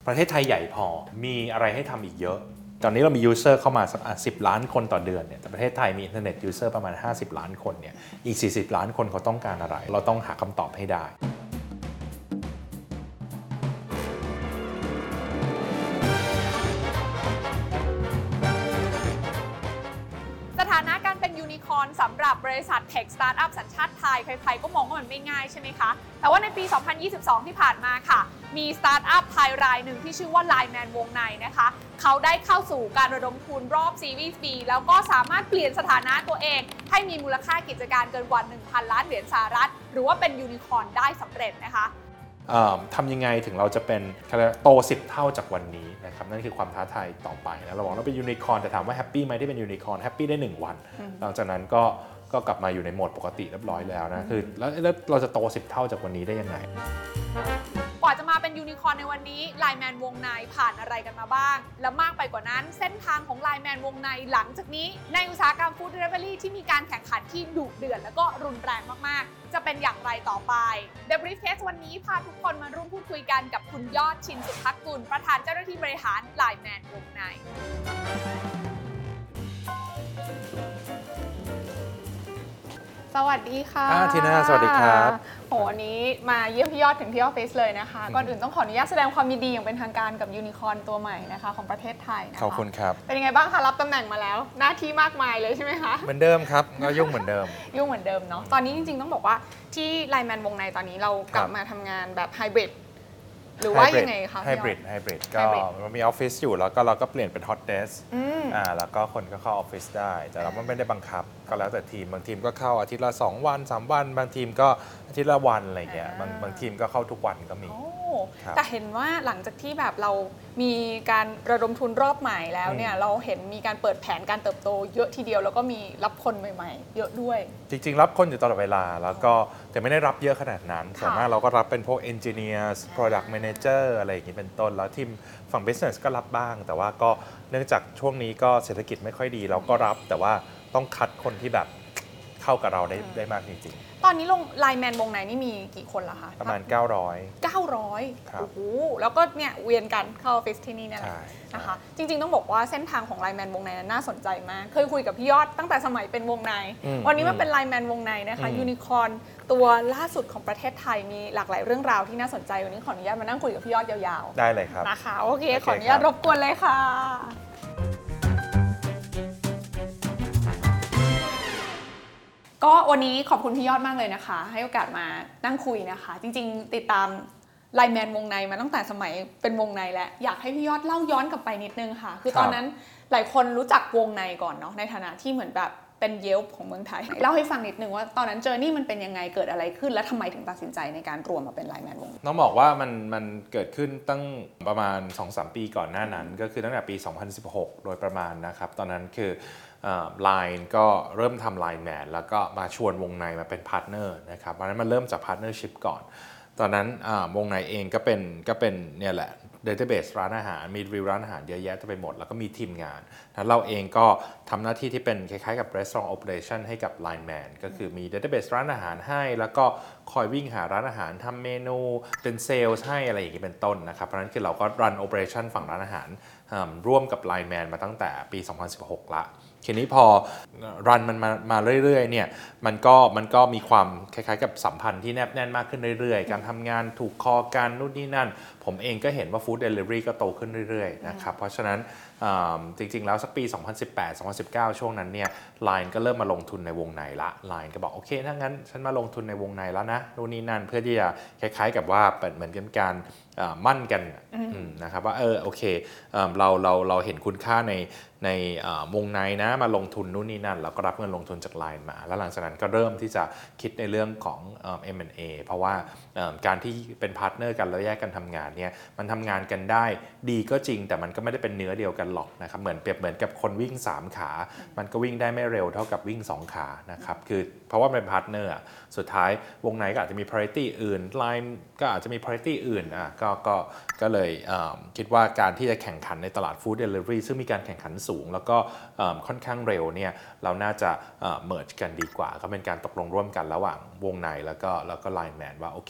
ประเทศไทยใหญ่พอมีอะไรให้ทำอีกเยอะตอนนี้เรามียูเซอร์เข้ามาสัก10 ล้านคนต่อเดือนเนี่ยแต่ประเทศไทยมีอินเทอร์เน็ตยูเซอร์ประมาณ50 ล้านคนเนี่ยอีก40 ล้านคนเขาต้องการอะไรเราต้องหาคำตอบให้ได้สถานะการเป็นยูนิคอร์นสำหรับบริษัทเทคสตาร์ทอัพสัญชาติไทยใครๆก็มองว่ามันไม่ง่ายใช่ไหมคะแต่ว่าในปี 2022 ที่ผ่านมาค่ะมีสตาร์ทอัพไทยรายหนึ่งที่ชื่อว่า Lineman วงในนะคะเขาได้เข้าสู่การระดมทุนรอบซีรีส์ B แล้วก็สามารถเปลี่ยนสถานะตัวเองให้มีมูลค่ากิจการเกินกว่า 1,000 ล้านเหรียญสหรัฐหรือว่าเป็นยูนิคอร์นได้สำเร็จนะคะทำยังไงถึงเราจะเป็นโต10 เท่าจากวันนี้นะครับนั่นคือความท้าทายต่อไปนะเราบอกเราเป็นยูนิคอร์นแต่ถามว่าแฮปปี้ไหมที่เป็นยูนิคอร์นแฮปปี้ได้1 วันหลังจากนั้นก็กลับมาอยู่ในโหมดปกติเรียบร้อยแล้วนะคือแล้วเราจะโต10 เท่าจากวันนี้ได้ยังไงกว่าจะมาเป็นยูนิคอร์นในวันนี้ไลน์แมนวงในผ่านอะไรกันมาบ้างและมากไปกว่านั้นเส้นทางของไลน์แมนวงในหลังจากนี้ในอุตสาหกรรมฟู้ดเดลิเวอรี่ที่มีการแข่งขันที่ดุเดือดและก็รุนแรงมากๆจะเป็นอย่างไรต่อไป The Briefcase วันนี้พาทุกคนมาร่วมพูดคุยกันกับคุณยอดชินสุภักกุลประธานเจ้าหน้าที่บริหารไลน์แมนวงในสวัสดีค่ะทีน่าสวัสดีครับโหวันนี้มาเยี่ยมพี่ยอดถึงที่ออฟฟิศเลยนะคะก่อนอื่นต้องขออนุญาตแสดงความยินดีอย่างเป็นทางการกับยูนิคอร์นตัวใหม่นะคะของประเทศไทยนะคะขอบคุณครับเป็นยังไงบ้างคะรับตำแหน่งมาแล้วหน้าที่มากมายเลยใช่ไหมคะเหมือนเดิมครับก็ยุ่งเหมือนเดิมยุ่งเหมือนเดิมเนาะตอนนี้จริงๆต้องบอกว่าที่ไลน์แมนวงในตอนนี้เรากลับมาทำงานแบบไฮบริดหรือว่ายังไงคะไฮบริดก็เรามีออฟฟิศอยู่แล้วก็เราก็เปลี่ยนเป็นฮอตเดสก์แล้วก็คนก็เข้าออฟฟิศได้แต่เราไม่ได้บังคับก็แล้วแต่ทีมบางทีมก็เข้าอาทิตย์ละ2 วัน3 วันบางทีมก็อาทิตย์ละวันอะไรเงี้ยบางทีมก็เข้าทุกวันก็มีแต่เห็นว่าหลังจากที่แบบเรามีการระดมทุนรอบใหม่แล้วเนี่ยเราเห็นมีการเปิดแผนการเติบโตเยอะทีเดียวแล้วก็มีรับคนใหม่ๆเยอะด้วยจริงๆรับคนอยู่ตลอดเวลาแล้วก็แต่ไม่ได้รับเยอะขนาดนั้นส่วนมากเราก็รับเป็นพวก Engineers Product Manager อะไรอย่างนี้เป็นต้นแล้วทีมฝั่ง Business ก็รับบ้างแต่ว่าก็เนื่องจากช่วงนี้ก็เศรษฐกิจไม่ค่อยดีเราก็รับแต่ว่าต้องคัดคนที่แบบเข้ากับเราได้มากจริงๆตอนนี้ลงไลน์แมนวงในนี่มีกี่คนล่ะคะประมาณ900 โอ้โหแล้วก็เนี่ยเวียนกันเข้าออฟฟิศที่นี่เนี่ยนะคะจริงๆต้องบอกว่าเส้นทางของไลน์แมนวงในน่าสนใจมากเคยคุยกับพี่ยอดตั้งแต่สมัยเป็นวงในวันนี้มันเป็นไลน์แมนวงในนะคะยูนิคอร์นตัวล่าสุดของประเทศไทยมีหลากหลายเรื่องราวที่น่าสนใจวันนี้ขออนุญาตมานั่งคุยกับพี่ยอดยาวๆได้เลยครับนะคะโอเคขออนุญาตรบกวนเลยค่ะก็วันนี้ขอบคุณพี่ยอดมากเลยนะคะให้โอกาสมานั่งคุยนะคะจริงๆติดตามไลน์แมนวงในมาตั้งแต่สมัยเป็นวงในแล้วอยากให้พี่ยอดเล่าย้อนกลับไปนิดนึงค่ะคือตอนนั้นหลายคนรู้จักวงในก่อนเนาะในฐานะที่เหมือนแบบเป็นเยลป์ของเมืองไทยเล่าให้ฟังนิดนึงว่าตอนนั้นเจอนี่มันเป็นยังไงเกิดอะไรขึ้นและทำไมถึงตัดสินใจในการรวมมาเป็นไลน์แมนวงต้องบอกว่ามันเกิดขึ้นตั้งประมาณ 2-3 ปีก่อนหน้านั้นก็คือตั้งแต่ปี 2016 โดยประมาณนะครับตอนนั้นคือLine ก็เริ่มทำ Line Man แล้วก็มาชวนวงในมาเป็นพาร์ทเนอร์นะครับเพราะนั้นมันเริ่มจากพาร์ทเนอร์ชิพก่อนตอนนั้นวงในเองก็เป็นเนี่ยแหละ Database ร้านอาหารมีรีวิวร้านอาหารเยอะแยะไปหมดแล้วก็มีทีมงานแล้วเราเองก็ทำหน้าที่ที่เป็นคล้ายๆกับ Restaurant Operation ให้กับ Line Man ก็คือมี Database ร้านอาหารให้แล้วก็คอยวิ่งหาร้านอาหารทำเมนูเป็นเซลล์ให้อะไรอย่างนี้เป็นต้นนะครับเพราะนั้นคือเราก็ run operation ฝั่งร้านอาหารร่วมกับ Line Man มาตั้งแต่ปี 2016 ละทีนี้พอรันมันมาเรื่อยๆเนี่ยมันก็มีความคล้ายๆกับสัมพันธ์ที่แนบแน่นมากขึ้นเรื่อยๆการทำงานถูกคอกันนู่นนี่นั่นผมเองก็เห็นว่าฟู้ดเดลิเวอรี่ก็โตขึ้นเรื่อยๆนะครับเพราะฉะนั้นจริงๆแล้วสักปี 2018-2019 ช่วงนั้นเนี่ย Line ก็เริ่มมาลงทุนในวงในละ Line ก็บอกโอเคถ้างั้นฉันมาลงทุนในวงในแล้วนะนู่นนี่นั่นเพื่อที่จะคล้ายๆกับว่าเหมือนกันการมั่นกันนะครับว่าโอเคเราเห็นคุณค่าในวงในนะมาลงทุนนู่นนี่นั่นแล้วก็รับเงินลงทุนจาก Line มาแล้วหลังจากนั้นก็เริ่มที่จะคิดในเรื่องของ M&A เพราะว่าการที่เป็นพาร์ทเนอร์กันแล้วแยกกันทำงานเนี่ยมันทำงานกันได้ดีก็จริงแต่มันก็ไม่ได้เป็นเนื้อเดียวกันหรอกนะครับเหมือนกับคนวิ่ง3 ขามันก็วิ่งได้ไม่เร็วเท่ากับวิ่ง2 ขานะครับคือเพราะว่าเป็นพาร์ทเนอร์สุดท้ายวงในก็อาจจะมี priority อื่น Line ก็อาจจะมี priority อื่นก็เลยคิดว่าการที่จะแข่งขันในตลาด Food Delivery ซึ่งมีการแข่งขันสูงแล้วก็ค่อนข้างเร็วเนี่ยเราน่าจะmerge กันดีกว่าก็เป็นการตกลงร่วมกันระหว่างวงในแล้วก็ Line Man ว่าโอเค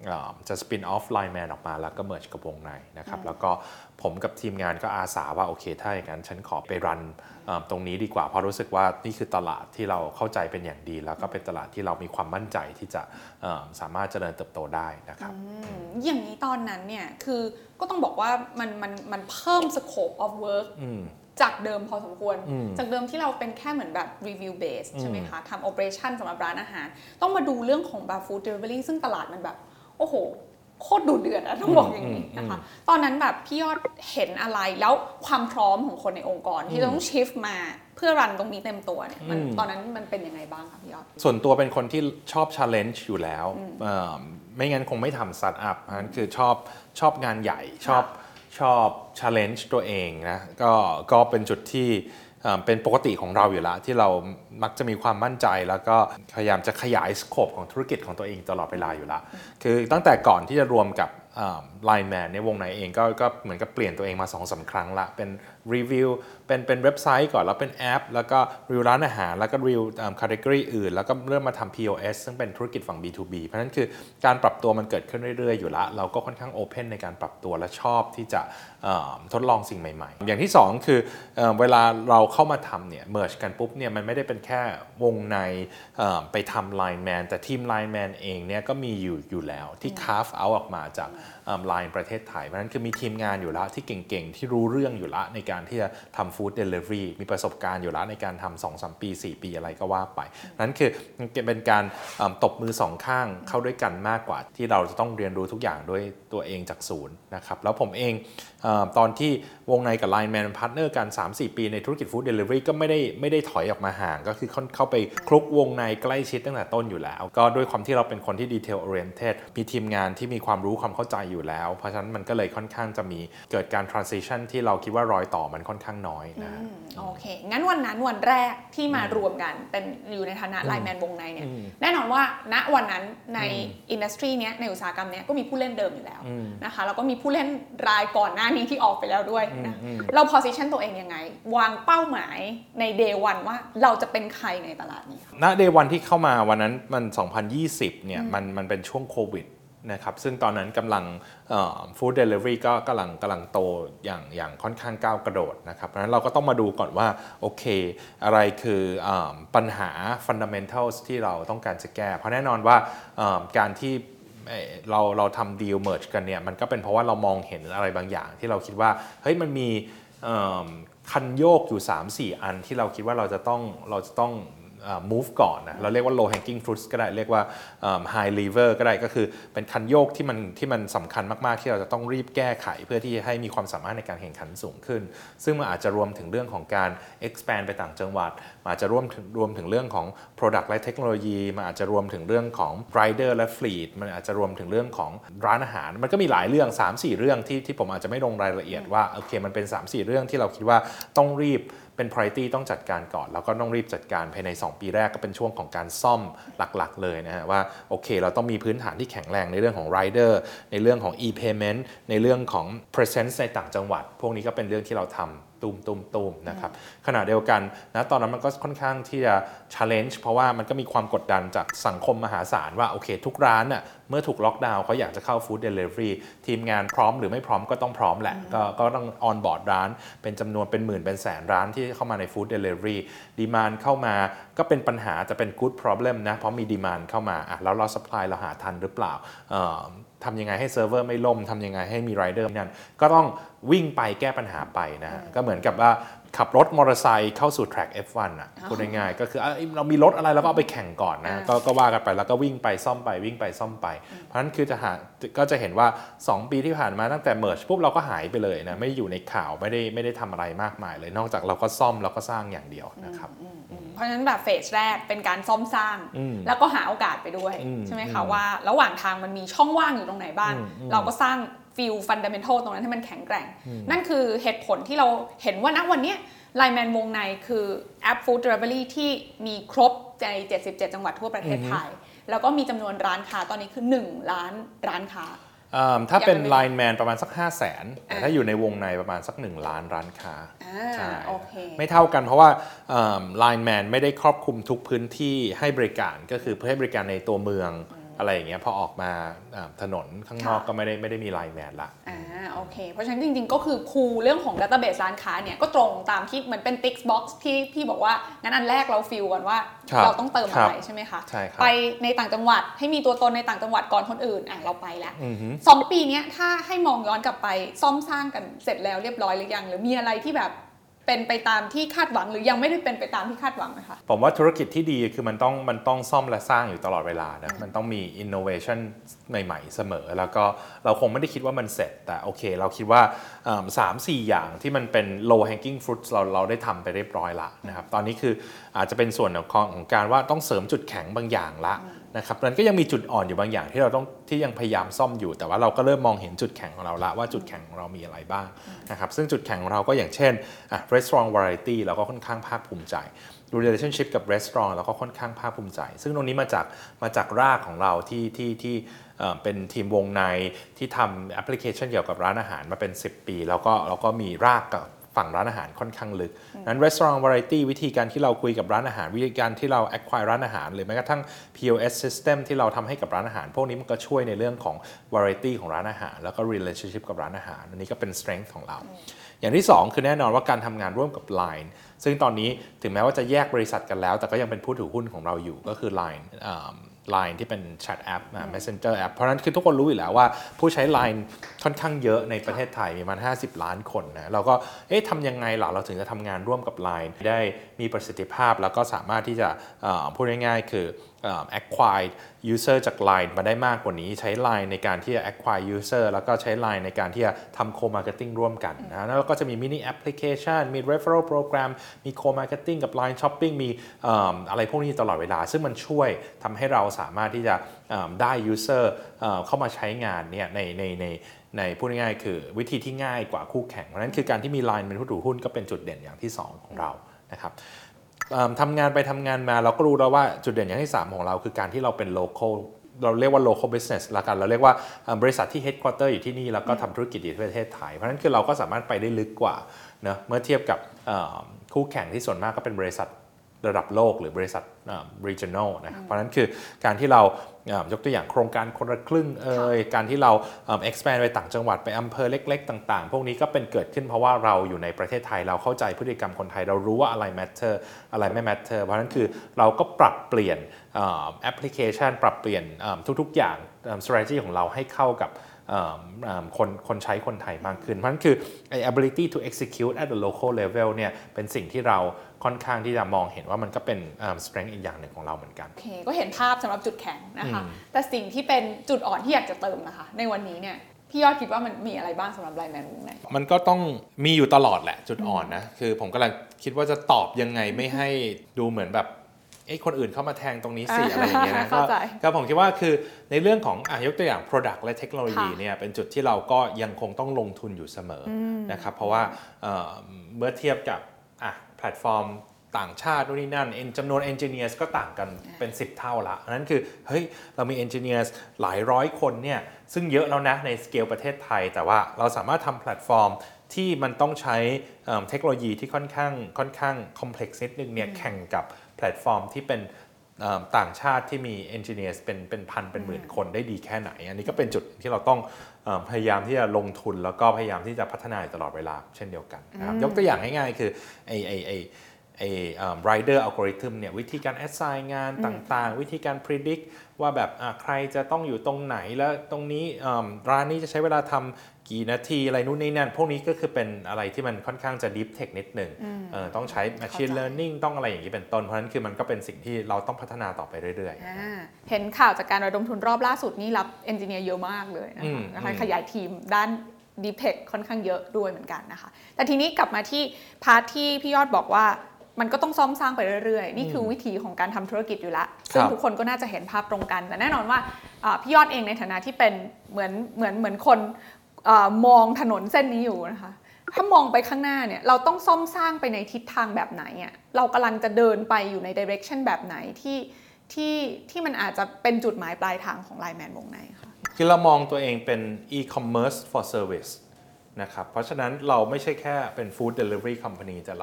จะสปินออฟไลน์แมนออกมาแล้วก็เมิร์จกับวงในนะครับแล้วก็ผมกับทีมงานก็อาสาว่าโอเคถ้าอย่างนั้นฉันขอไปรันตรงนี้ดีกว่าเพราะรู้สึกว่านี่คือตลาดที่เราเข้าใจเป็นอย่างดีแล้วก็เป็นตลาดที่เรามีความมั่นใจที่จะสามารถเจริญเติบโตได้นะครับอย่างนี้ตอนนั้นเนี่ยคือก็ต้องบอกว่ามันเพิ่ม scope of work จากเดิมพอสมควรจากเดิมที่เราเป็นแค่เหมือนแบบ review base ใช่ไหมคะทำ operation สำหรับร้านอาหารต้องมาดูเรื่องของแบบ food delivery ซึ่งตลาดมันแบบโอ้โหโคตรดุเดือดอะต้องบอกอย่างนี้นะคะตอนนั้นแบบพี่ยอดเห็นอะไรแล้วความพร้อมของคนในองค์กรที่ต้อง shift มาเพื่อรันตรงนี้เต็มตัวเนี่ยตอนนั้นมันเป็นยังไงบ้างคะพี่ยอดส่วนตัวเป็นคนที่ชอบ challenge อยู่แล้วไม่งั้นคงไม่ทำ startup นั่นคือชอบงานใหญ่ชอบ challenge ตัวเองนะก็เป็นจุดที่เป็นปกติของเราอยู่แล้วที่เรามักจะมีความมั่นใจแล้วก็พยายามจะขยายสโคปของธุรกิจของตัวเองตลอดเวลาอยู่แล้วคือตั้งแต่ก่อนที่จะรวมกับLine Man ในวงในเองก็เหมือนกับเปลี่ยนตัวเองมา 2-3 ครั้งละเป็นรีวิวเป็นเว็บไซต์ก่อนแล้วเป็นแอปแล้วก็รีวิวร้านอาหารแล้วก็รีวิวcategory อื่นแล้วก็เริ่มมาทำ POS ซึ่งเป็นธุรกิจฝั่ง B2B เพราะฉะนั้นคือการปรับตัวมันเกิดขึ้นเรื่อยๆอยู่ละเราก็ค่อนข้าง open ในการปรับตัวและชอบที่จะทดลองสิ่งใหม่ๆอย่างที่2คือเวลาเราเข้ามาทำเนี่ย merge กันปุ๊บเนี่ยมันไม่ได้เป็นแค่วงในไปทำ Line Man แต่ทีม Line Man เองเนี่ยก็มีอยู่แล้วที่ carve out ออกมาจากLine ประเทศไทยเพราะฉะนั้นคือมีทีมงานอยู่แล้วที่เก่งๆที่รู้เรื่องอยู่แล้วในการที่จะทำ Food Delivery มีประสบการณ์อยู่แล้วในการทำ 2-3 ปี 4 ปีอะไรก็ว่าไปนั้นคือเป็นการตบมือ2ข้างเข้าด้วยกันมากกว่าที่เราจะต้องเรียนรู้ทุกอย่างด้วยตัวเองจากศูนย์นะครับแล้วผมเองตอนที่วงในกับ Line Man เป็นพาร์ทเนอร์กัน 3-4 ปีในธุรกิจ Food Delivery ก็ไม่ได้ถอยออกมาห่างก็คือเข้าไปคลุกวงในใกล้ชิดตั้งแต่ต้นอยู่แล้วก็ด้วยความที่เราเป็นคนที่ Detail Oriented มีทีมงานที่มีความรู้ความเข้าใจอยู่แล้วเพราะฉะนั้นมันก็เลยค่อนข้างจะมีเกิดการ transition ที่เราคิดว่ารอยต่อมันค่อนข้างน้อยนะโอเคงั้นวันนั้นวันแรกที่มารวมกันเป็นอยู่ในฐานะ Line Man วงในเนี่ยแน่นอนว่าณวันนั้นในอินดัสทรีเนี้ยในอุตสาหกรรมเนี้ยก็มีผู้เล่นเดิมอยู่แล้วนะคะแล้วก็มีผู้เล่นรายก่อนหน้านี้ที่ออกไปแล้วด้วยนะเรา position ตัวเองยังไงวางเป้าหมายใน day 1ว่าเราจะเป็นใครในตลาดนี้ณ day 1ที่เข้ามาวันนั้นมัน 2020 เนี่ยมันเป็นช่วงโควิดนะครับซึ่งตอนนั้นกำลังFood Delivery ก็กำลังโตอย่างค่อนข้างก้าวกระโดดนะครับเพราะฉะนั้นเราก็ต้องมาดูก่อนว่าโอเคอะไรคือปัญหา fundamentals ที่เราต้องการจะแก้เพราะแน่นอนว่าการที่เราทำ deal merge กันเนี่ยมันก็เป็นเพราะว่าเรามองเห็นอะไรบางอย่างที่เราคิดว่าเฮ้ยมันมีคันโยกอยู่ 3-4 อันที่เราคิดว่าเราจะต้องmove ก่อนนะเราเรียกว่า low hanging fruits ก็ได้เรียกว่า high lever ก็ได้ก็คือเป็นคันโยกที่มันสำคัญมากๆที่เราจะต้องรีบแก้ไขเพื่อที่ให้มีความสามารถในการแข่งขันสูงขึ้นซึ่งมันอาจจะรวมถึงเรื่องของการ expand ไปต่างจังหวัดอาจจะรวมถึงเรื่องของ product และเทคโนโลยีมันอาจจะรวมถึงเรื่องของ rider และ fleet มันอาจจะรวมถึงเรื่องของร้านอาหารมันก็มีหลายเรื่อง 3-4 เรื่องที่ผมอาจจะไม่ลงรายละเอียดว่าโอเคมันเป็น 3-4 เรื่องที่เราคิดว่าต้องรีบเป็น priority ต้องจัดการก่อนแล้วก็ต้องรีบจัดการภายใน2 ปีแรกก็เป็นช่วงของการซ่อมหลักๆเลยนะฮะว่าโอเคเราต้องมีพื้นฐานที่แข็งแรงในเรื่องของ rider ในเรื่องของ e-payment ในเรื่องของ presence ในต่างจังหวัดพวกนี้ก็เป็นเรื่องที่เราทำตูมนะครับขณะเดียวกันนะตอนนั้นมันก็ค่อนข้างที่จะ challenge เพราะว่ามันก็มีความกดดันจากสังคมมหาศาลว่าโอเคทุกร้านน่ะเมื่อถูกล็อกดาวน์เขาอยากจะเข้า food delivery ทีมงานพร้อมหรือไม่พร้อมก็ต้องพร้อมแหละก็ต้อง on board ร้านเป็นจำนวนเป็นหมื่นเป็นแสนร้านที่เข้ามาใน food delivery demand เข้ามาก็เป็นปัญหาจะเป็น good problem นะเพราะมี demand เข้ามาแล้วเรา supply เราหาทันหรือเปล่าทำยังไงให้เซิร์ฟเวอร์ไม่ล่มทำยังไงให้มีไรเดอร์นั่นก็ต้องวิ่งไปแก้ปัญหาไปนะก็เหมือนกับว่าขับรถมอเตอร์ไซค์เข้าสู่ track F1 อ่ะพูดง่ายๆก็คือเรามีรถอะไรเราก็เอาไปแข่งก่อนนะก็ว่ากันไปแล้วก็วิ่งไปซ่อมไปวิ่งไปซ่อมไปเพราะฉะนั้นคือก็จะเห็นว่า2 ปีที่ผ่านมาตั้งแต่เมิร์จปุ๊บเราก็หายไปเลยนะไม่อยู่ในข่าวไม่ได้ทำอะไรมากมายเลยนอกจากเราก็ซ่อมแล้วก็สร้างอย่างเดียวนะครับเพราะฉะนั้นแบบเฟสแรกเป็นการซ่อมสร้างแล้วก็หาโอกาสไปด้วยใช่ไหมคะว่าระหว่างทางมันมีช่องว่างอยู่ตรงไหนบ้างเราก็สร้างฟิลฟันดัมเมนทัลตรงนั้นให้มันแข็งแกร่งนั่นคือเหตุผลที่เราเห็นว่าณวันนี้Line Man วงในคือแอป Food Delivery ที่มีครบใน77จังหวัดทั่วประเทศไทยแล้วก็มีจำนวนร้านค้าตอนนี้คือ1 ล้านร้านค้าถ้าเป็น Line Man ประมาณสัก 500,000 แต่ถ้าอยู่ในวงในประมาณสัก1 ล้านร้านค้าใช่ไม่เท่ากันเพราะว่า Line Man ไม่ได้ครอบคลุมทุกพื้นที่ให้บริการก็คือเพื่อให้บริการในตัวเมืองอะไรอย่างเงี้ยพอออกมาถนนข้างนอกก็ไม่ได้มีไลน์แมนละโอเคเพราะฉะนั้นจริงๆก็คือคูเรื่องของ database ร้านค้าเนี่ยก็ตรงตามที่เหมือนเป็น tick box ที่พี่บอกว่างั้นอันแรกเราฟิลก่อนว่าเราต้องเติมอะไรใช่ไหมคะใช่ครับไปในต่างจังหวัดให้มีตัวตนในต่างจังหวัดก่อนคนอื่นเราไปแล้ว2 ปีนี้ถ้าให้มองย้อนกลับไปซ่อมสร้างกันเสร็จแล้วเรียบร้อยหรือยังหรือมีอะไรที่แบบเป็นไปตามที่คาดหวังหรือยังไม่ได้เป็นไปตามที่คาดหวังไหมคะผมว่าธุรกิจที่ดีคือมันต้องซ่อมและสร้างอยู่ตลอดเวลานะมันต้องมี innovation ใหม่ๆเสมอแล้วก็เราคงไม่ได้คิดว่ามันเสร็จแต่โอเคเราคิดว่า 3-4 อย่างที่มันเป็น low hanging fruit เราได้ทำไปเรียบร้อยละนะครับตอนนี้คืออาจจะเป็นส่วนของการว่าต้องเสริมจุดแข็งบางอย่างละนะครับนั้นก็ยังมีจุดอ่อนอยู่บางอย่างที่ยังพยายามซ่อมอยู่แต่ว่าเราก็เริ่มมองเห็นจุดแข็งของเราละว่าจุดแข็งของเรามีอะไรบ้างนะครับซึ่งจุดแข็งของเราก็อย่างเช่นrestaurant variety เราก็ค่อนข้างภาคภูมิใจ relationship กับ restaurant เราก็ค่อนข้างภาคภูมิใจซึ่งตรงนี้มาจากรากของเราที่เป็นทีมวงในที่ทำแอปพลิเคชันเกี่ยวกับร้านอาหารมาเป็น10 ปีแล้วก็มีรากกับฝั่งร้านอาหารค่อนข้างลึกนั้น restaurant variety วิธีการที่เราคุยกับร้านอาหารวิธีการที่เรา acquire ร้านอาหารหรือแม้กระทั่ง POS system ที่เราทำให้กับร้านอาหารพวกนี้มันก็ช่วยในเรื่องของ variety ของร้านอาหารแล้วก็ relationship กับร้านอาหารอันนี้ก็เป็น strength ของเราอย่างที่2คือแน่นอนว่าการทำงานร่วมกับ Line ซึ่งตอนนี้ถึงแม้ว่าจะแยกบริษัทกันแล้วแต่ก็ยังเป็นผู้ถือหุ้นของเราอยู่ก็คือ Line ที่เป็นแชทแอป Messenger แอปเพราะนั้นคือทุกคนรู้อยู่แล้วว่าผู้ใช้ Line ค่อนข้างเยอะในประเทศไทยมีประมาณ50 ล้านคนนะเราก็ทำยังไงล่ะเราถึงจะทำงานร่วมกับ Line ได้มีประสิทธิภาพแล้วก็สามารถที่จะพูดง่ายๆคือacquire user จาก Line มาได้มากกว่านี้ใช้ Line ในการที่จะ acquire user แล้วก็ใช้ Line ในการที่จะทำ co-marketing ร่วมกันนะแล้วก็จะมี mini application มี referral program มี co-marketing กับ Line Shopping มีอะไรพวกนี้ตลอดเวลาซึ่งมันช่วยทำให้เราสามารถที่จะได้ user เข้ามาใช้งานเนี่ยในพูดง่ายๆคือวิธีที่ง่ายกว่าคู่แข่งเพราะนั้นคือการที่มี Line เป็นผู้ถือหุ้นก็เป็นจุดเด่นอย่างที่2ของเรานะครับทำงานไปทำงานมาเราก็รู้แล้วว่าจุดเด่นอย่างที่3ของเราคือการที่เราเป็น local เราเรียกว่า local business ละกันเราเรียกว่าบริษัทที่ headquarter อยู่ที่นี่แล้วก็ทำธุรกิจอยู่ที่ประเทศไทยเพราะฉะนั้นคือเราก็สามารถไปได้ลึกกว่านะเมื่อเทียบกับคู่แข่งที่ส่วนมากก็เป็นบริษัทระดับโลกหรือบริษัทregional นะครับเพราะฉะนั้นคือการที่เรายกตัวอย่างโครงการคนละครึ่งการที่เรา expand ไปต่างจังหวัดไปอำเภอเล็กๆต่างๆพวกนี้ก็เป็นเกิดขึ้นเพราะว่าเราอยู่ในประเทศไทยเราเข้าใจพฤติกรรมคนไทยเรารู้ว่าอะไร matter อะไรไม่ matter เพราะฉะนั้นคือเราก็ปรับเปลี่ยนแอปพลิเคชันปรับเปลี่ยนทุกๆอย่าง strategy ของเราให้เข้ากับคนใช้คนไทยมากขึ้นเพราะฉะนั้นคือ ability to execute at the local level เนี่ยเป็นสิ่งที่เราค่อนข้างที่จะมองเห็นว่ามันก็เป็น strength อีกอย่างหนึ่งของเราเหมือนกันโอเคก็เห็นภาพสำหรับจุดแข็งนะคะแต่สิ่งที่เป็นจุดอ่อนที่อยากจะเติมนะคะในวันนี้เนี่ยพี่ยอดคิดว่ามันมีอะไรบ้างสำหรับไลน์แมนวงในมันก็ต้องมีอยู่ตลอดแหละจุดอ่อนนะคือผมกำลังคิดว่าจะตอบยังไงไม่ให้ดูเหมือนแบบคนอื่นเข้ามาแทงตรงนี้สิอะไรอย่างเงี้ยนะก็ผมคิดว่าคือในเรื่องของยกตัวอย่าง product และเทคโนโลยีเนี่ยเป็นจุดที่เราก็ยังคงต้องลงทุนอยู่เสมอนะครับเพราะว่าเมื่อเทียบกับแพลตฟอร์มต่างชาตินู่นนี่นั่นจำนวน engineers ก็ต่างกันเป็น10 เท่าละนั้นคือเฮ้ยเรามี engineers หลายร้อยคนเนี่ยซึ่งเยอะแล้วนะในสเกลประเทศไทยแต่ว่าเราสามารถทำแพลตฟอร์มที่มันต้องใช้เทคโนโลยีที่ค่อนข้างคอมเพล็กซ์นิดนึงเนี่ยแข่งกับแพลตฟอร์มที่เป็นต่างชาติที่มี engineers เป็นพันเป็นหมื่นคนได้ดีแค่ไหนอันนี้ก็เป็นจุดที่เราต้องพยายามที่จะลงทุนแล้วก็พยายามที่จะพัฒนาตลอดเวลาเช่นเดียวกันนะครับยกตัวอย่างง่ายๆคือrider algorithm เนี่ยวิธีการ assign งานต่างๆวิธีการ predict ว่าแบบใครจะต้องอยู่ตรงไหนแล้วตรงนี้ร้านนี้จะใช้เวลาทำกี่นาทีอะไรนู่นนี่นั่นพวกนี้ก็คือเป็นอะไรที่มันค่อนข้างจะ deep tech นิดหนึ่งต้องใช้ machine learning ต้องอะไรอย่างนี้เป็นต้นเพราะฉะนั้นคือมันก็เป็นสิ่งที่เราต้องพัฒนาต่อไปเรื่อยๆเห็นข่าวจากการระดมทุนรอบล่าสุดนี่รับ engineer เยอะมากเลยนะคะขยายทีมด้านDeep Tech ค่อนข้างเยอะด้วยเหมือนกันนะคะแต่ทีนี้กลับมาที่พาร์ทที่พี่ยอดบอกว่ามันก็ต้องซ่อมสร้างไปเรื่อยๆนี่คือวิธีของการทำธุรกิจอยู่แล้วซึ่งทุกคนก็น่าจะเห็นภาพตรงกันแต่แน่นอนว่าพี่ยอดเองในฐานะที่เป็นเหมือนคนมองถนนเส้นนี้อยู่นะคะถ้ามองไปข้างหน้าเนี่ยเราต้องซ่อมสร้างไปในทิศทางแบบไหนอ่ะเรากำลังจะเดินไปอยู่ใน direction แบบไหนที่มันอาจจะเป็นจุดหมายปลายทางของไลน์แมนวงในค่ะคือเรามองตัวเองเป็น e-commerce for service นะครับเพราะฉะนั้นเราไม่ใช่แค่เป็น food delivery company แต่เรา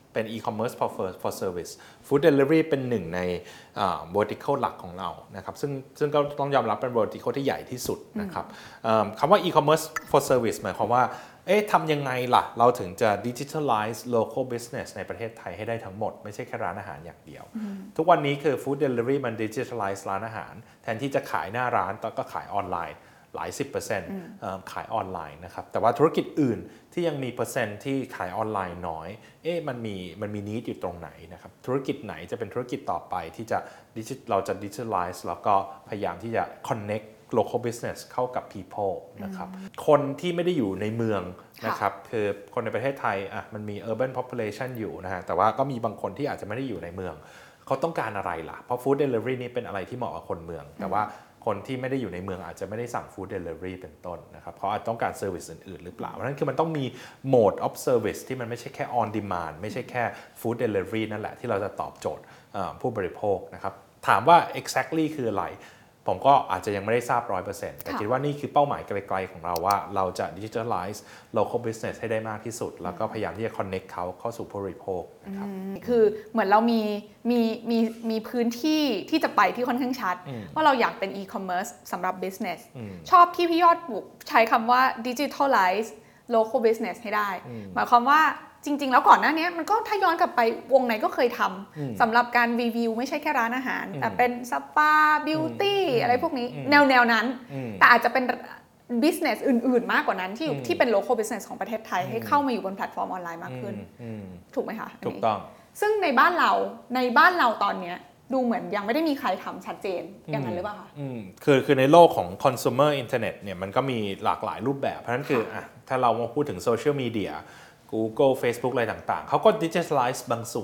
เป็น e-commerce for service food delivery เป็นหนึ่งในvertical หลักของเรานะครับซึ่งก็ต้องยอมรับเป็น vertical ที่ใหญ่ที่สุดนะครับคำว่า e-commerce for service หมายความว่าทำยังไงล่ะเราถึงจะ digitalize local business ในประเทศไทยให้ได้ทั้งหมดไม่ใช่แค่ร้านอาหารอย่างเดียวทุกวันนี้คือ food delivery มัน digitalize ร้านอาหารแทนที่จะขายหน้าร้านก็ขายออนไลน์หลาย10%ขายออนไลน์นะครับแต่ว่าธุรกิจอื่นที่ยังมีเปอร์เซ็นต์ที่ขายออนไลน์น้อยมันมีneedอยู่ตรงไหนนะครับธุรกิจไหนจะเป็นธุรกิจต่อไปที่เราจะ digitalize แล้วก็พยายามที่จะ connect local business เข้ากับ people นะครับคนที่ไม่ได้อยู่ในเมืองนะครับคือคนในประเทศไทยมันมี urban population อยู่นะฮะแต่ว่าก็มีบางคนที่อาจจะไม่ได้อยู่ในเมืองเขาต้องการอะไรล่ะเพราะ food delivery นี่เป็นอะไรที่เหมาะกับคนเมืองแต่ว่าคนที่ไม่ได้อยู่ในเมืองอาจจะไม่ได้สั่ง food delivery เป็นต้นนะครับเขาอาจต้องการ service อื่นๆหรือเปล่าเพราะฉะนั้นคือมันต้องมี mode of service ที่มันไม่ใช่แค่ on demand ไม่ใช่แค่ food delivery นั่นแหละที่เราจะตอบโจทย์ผู้บริโภคนะครับถามว่า exactly คืออะไรผมก็อาจจะยังไม่ได้ทราบ 100% แต่คิดว่านี่คือเป้าหมายไกลๆของเราว่าเราจะ digitalize local business ให้ได้มากที่สุดแล้วก็พยายามที่จะ connect เขาเข้าสู่ผู้บริโภคนะครับคือเหมือนเรามีพื้นที่ที่จะไปที่ค่อนข้างชัดว่าเราอยากเป็น e-commerce สำหรับ business ชอบที่พี่ยอดใช้คำว่า digitalize local business ให้ได้หมายความว่าจริงๆแล้วก่อนหน้านี้มันก็ถ้าย้อนกลับไปวงไหนก็เคยทำสำหรับการรีวิวไม่ใช่แค่ร้านอาหารแต่เป็นสปาบิวตี้อะไรพวกนี้แนวนั้นแต่อาจจะเป็น business อื่นๆมากกว่านั้นที่เป็น local business ของประเทศไทยให้เข้ามาอยู่บนแพลตฟอร์มออนไลน์มากขึ้นถูกไหมคะถูกต้องซึ่งในบ้านเราตอนนี้ดูเหมือนยังไม่ได้มีใครทำชัดเจนอย่างนั้นหรือเปล่าคะคือในโลกของ consumer internet เนี่ยมันก็มีหลากหลายรูปแบบเพราะฉะนั้นคือถ้าเรามาพูดถึงโซเชียลมีเดียGoogle Facebook อะไรต่างๆเขาก็ digitalize บางส่วน